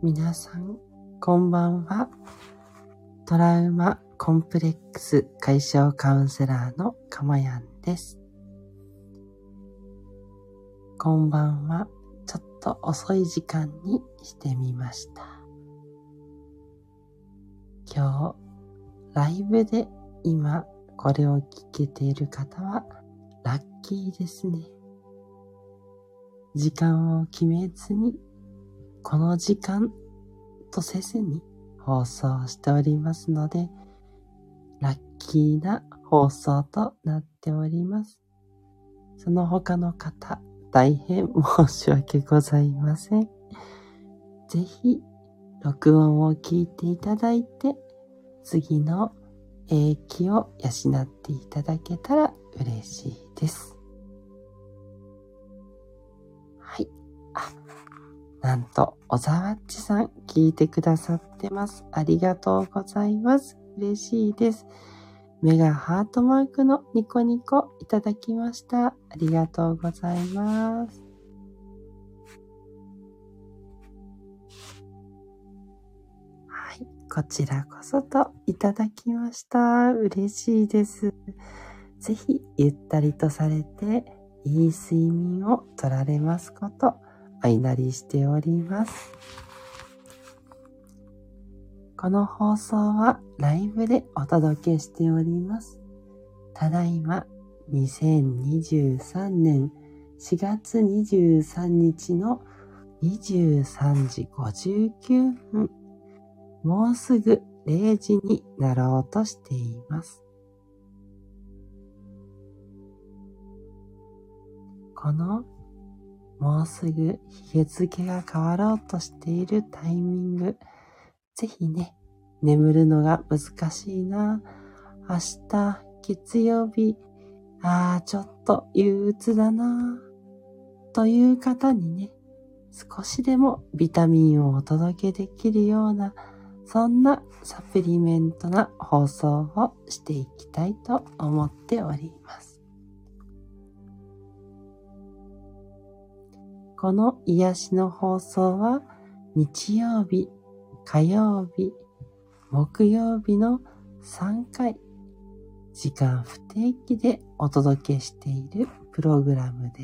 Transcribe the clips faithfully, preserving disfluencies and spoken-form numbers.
皆さん、こんばんは。トラウマコンプレックス解消カウンセラーのかまやんです。こんばんは。ちょっと遅い時間にしてみました。今日、ライブで今これを聞けている方はラッキーですね。時間を決めずに、この時間とせずに放送しておりますので、ラッキーな放送となっております。その他の方、大変申し訳ございません。ぜひ、録音を聞いていただいて、次の英気を養っていただけたら嬉しいです。はい。あ、なんと、小沢っちさん聞いてくださってます。ありがとうございます。嬉しいです。目がハートマークのニコニコいただきました。ありがとうございます。はい、こちらこそといただきました。嬉しいです。ぜひゆったりとされていい睡眠をとられますことお祈りしております。この放送はライブでお届けしております。ただいまにせんにじゅうさんねんしがつにじゅうさんにちのにじゅうさんじごじゅうきゅうふん、もうすぐれいじになろうとしています。このもうすぐ日付が変わろうとしているタイミング、ぜひね、眠るのが難しいな、明日月曜日、ああちょっと憂鬱だなという方にね、少しでもビタミンをお届けできるような、そんなサプリメントな放送をしていきたいと思っております。この癒しの放送は日曜日、火曜日、木曜日のさんかい、時間不定期でお届けしているプログラムです。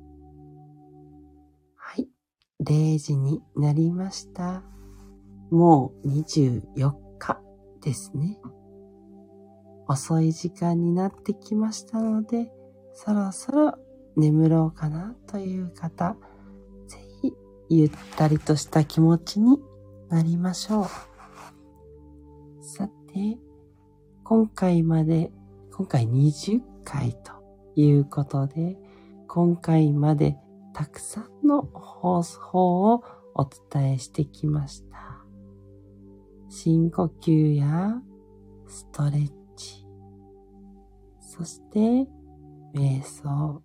はい、れいじになりました。もうにじゅうよっかですね。遅い時間になってきましたので、そろそろ眠ろうかなという方、ぜひゆったりとした気持ちになりましょう。さて、今回まで、今回にじゅっかいということで、今回までたくさんの放送をお伝えしてきました。深呼吸やストレッチ、そして瞑想、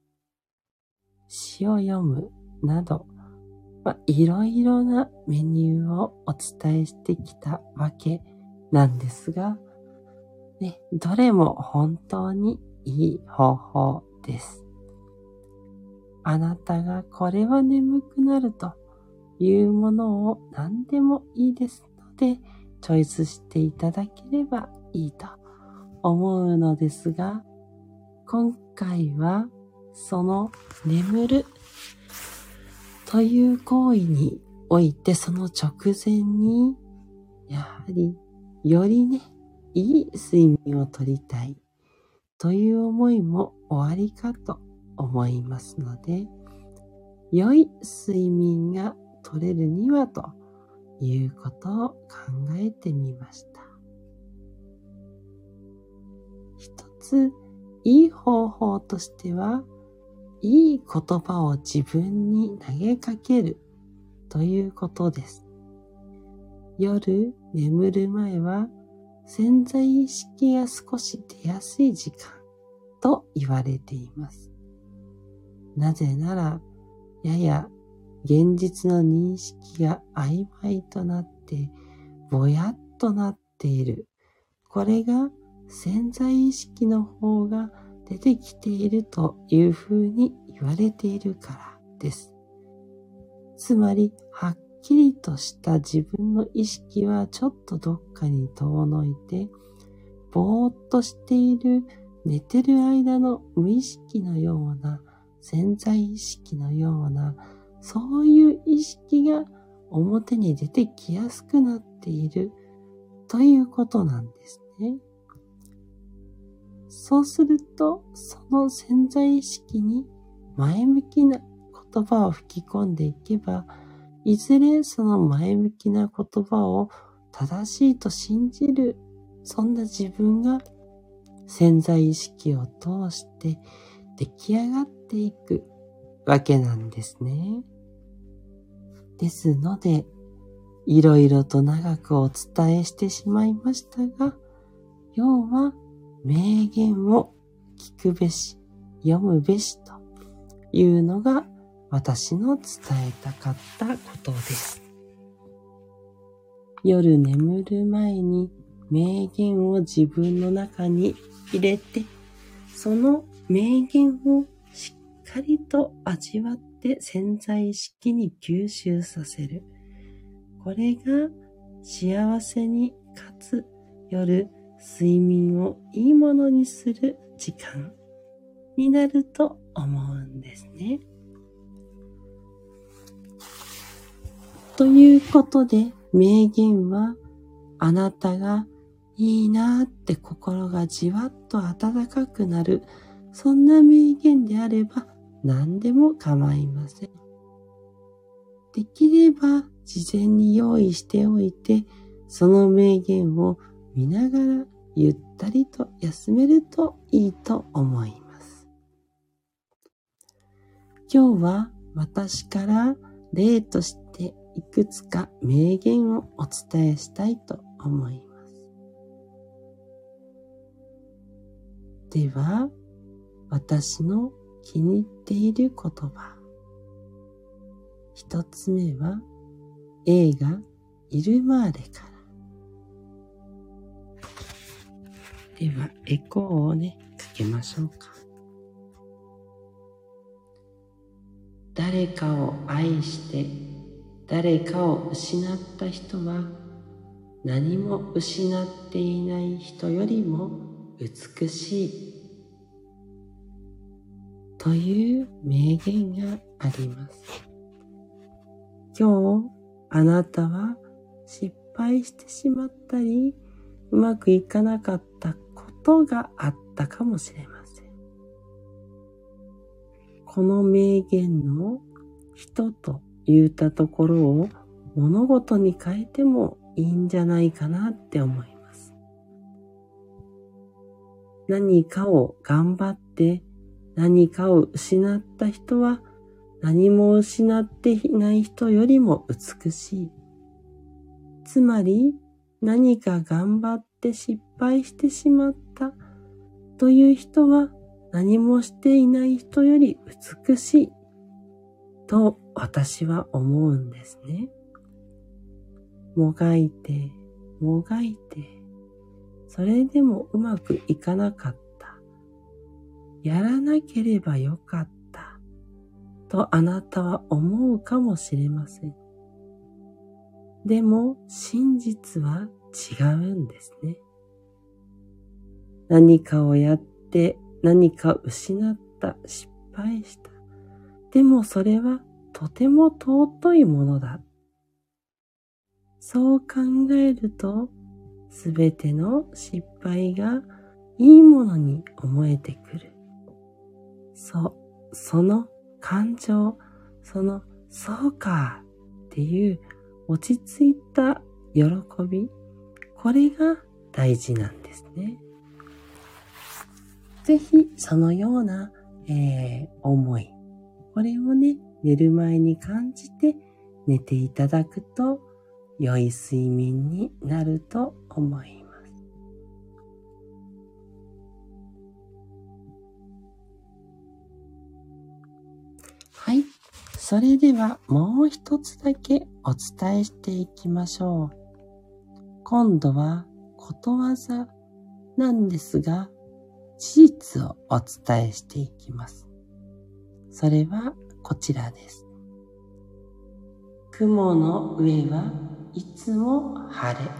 詩を読むなど、まあ、いろいろなメニューをお伝えしてきたわけなんですが、ね、どれも本当にいい方法です。あなたがこれは眠くなるというものを何でもいいですので、チョイスしていただければいいと思うのですが、今回はその眠るという行為において、その直前にやはりよりね、いい睡眠をとりたいという思いもおありかと思いますので、良い睡眠が取れるにはということを考えてみました。一ついい方法としては、いい言葉を自分に投げかけるということです。夜眠る前は潜在意識が少し出やすい時間と言われています。なぜなら、やや現実の認識が曖昧となってぼやっとなっている。これが潜在意識の方が出てきているというふうに言われているからです。つまり、はっきりとした自分の意識はちょっとどっかに遠のいて、ぼーっとしている寝てる間の無意識のような潜在意識のようなそういう意識が表に出てきやすくなっているということなんですね。そうするとその潜在意識に前向きな言葉を吹き込んでいけば、いずれその前向きな言葉を正しいと信じる、そんな自分が潜在意識を通して出来上がっていくわけなんですね。ですので、いろいろと長くお伝えしてしまいましたが、要は名言を聞くべし、読むべしというのが私の伝えたかったことです。夜眠る前に名言を自分の中に入れて、その名言をしっかりと味わって潜在意識に吸収させる。これが幸せにかつ夜睡眠をいいものにする時間になると思うんですね。ということで、名言はあなたがいいなーって心がじわっと温かくなる、そんな名言であれば何でも構いません。できれば事前に用意しておいて、その名言を見ながらゆったりと休めるといいと思います。今日は私から例としていくつか名言をお伝えしたいと思います。では、私の気に入っている言葉。一つ目は、映画イルマーレから。では、エコーをね、かけましょうか。誰かを愛して誰かを失った人は何も失っていない人よりも美しいという名言があります。今日あなたは失敗してしまったりうまくいかなかったことがあったかもしれません。この名言の人と言ったところを物事に変えてもいいんじゃないかなって思います。何かを頑張って何かを失った人は何も失っていない人よりも美しい。つまり何か頑張って失敗してしまったという人は何もしていない人より美しいと私は思うんですね。もがいて、もがいて、それでもうまくいかなかった。やらなければよかった。とあなたは思うかもしれません。でも真実は違うんですね。何かをやって何かを失った、失敗した。でもそれはとても尊いものだ。そう考えると、すべての失敗がいいものに思えてくる。そう、その感情、そのそうかっていう落ち着いた喜び、これが大事なんですね。ぜひそのような、えー、思い、これをね、寝る前に感じて寝ていただくと良い睡眠になると思います。はい。それではもう一つだけお伝えしていきましょう。今度はことわざなんですが、事実をお伝えしていきます。それはこちらです。 雲の上はいつも晴れ。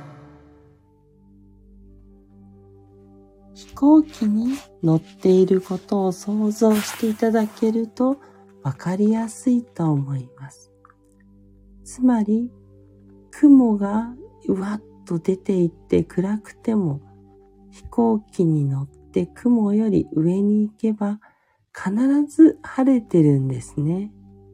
飛行機に乗っていることを想像していただけるとわかりやすいと思います。つまり、雲がうわっと出ていって暗くても、飛行機に乗って雲より上に行けば必ず晴れてるんですね。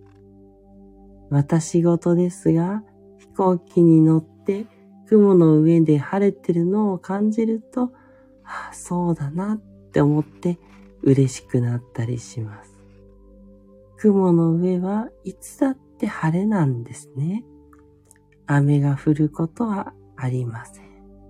私事ですが、飛行機に乗って雲の上で晴れてるのを感じると、ああ、そうだなって思って嬉しくなったりします。雲の上はいつだって晴れなんですね。雨が降ることはありません。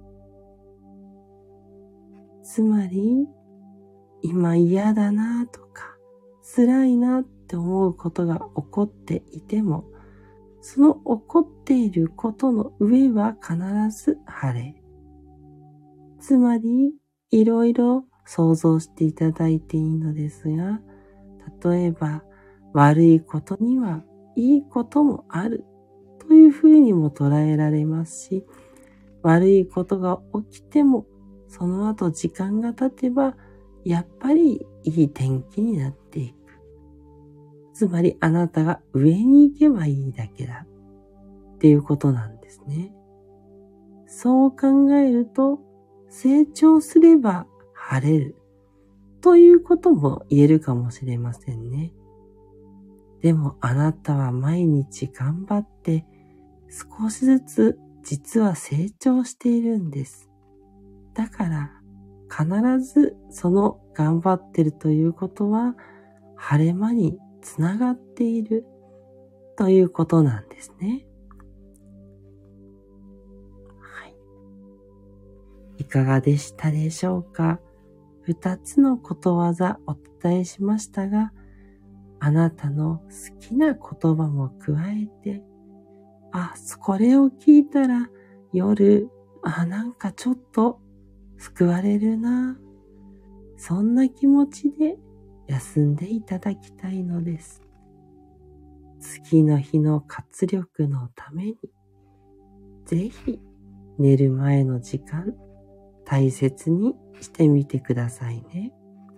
つまり、今嫌だなとか、辛いなって思うことが起こっていても、その起こっていることの上は必ず晴れ。つまり、いろいろ想像していただいていいのですが、例えば悪いことにはいいこともあるというふうにも捉えられますし、悪いことが起きてもその後時間が経てばやっぱりいい天気になっていく。つまりあなたが上に行けばいいだけだっていうことなんですね。そう考えると成長すれば晴れるということも言えるかもしれませんね。でもあなたは毎日頑張って少しずつ実は成長しているんです。だから必ずその頑張ってるということは晴れ間につながっているということなんですね。はい。いかがでしたでしょうか？二つのことわざお伝えしましたが、あなたの好きな言葉も加えて、あ、これを聞いたら夜、あ、なんかちょっと救われるな。そんな気持ちで休んでいただきたいのです。次の日の活力のために、ぜひ寝る前の時間、大切にしてみてくださいね。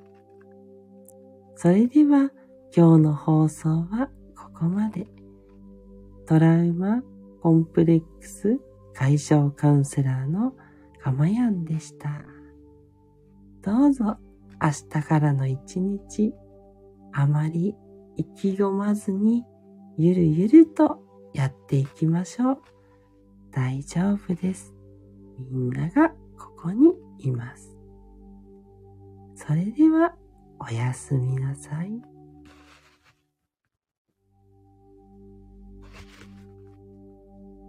それでは今日の放送はここまで。トラウマコンプレックス解消カウンセラーのかまやんでした。どうぞ明日からの一日、あまり意気込まずにゆるゆるとやっていきましょう。大丈夫です。みんながここにいます。それではおやすみなさい。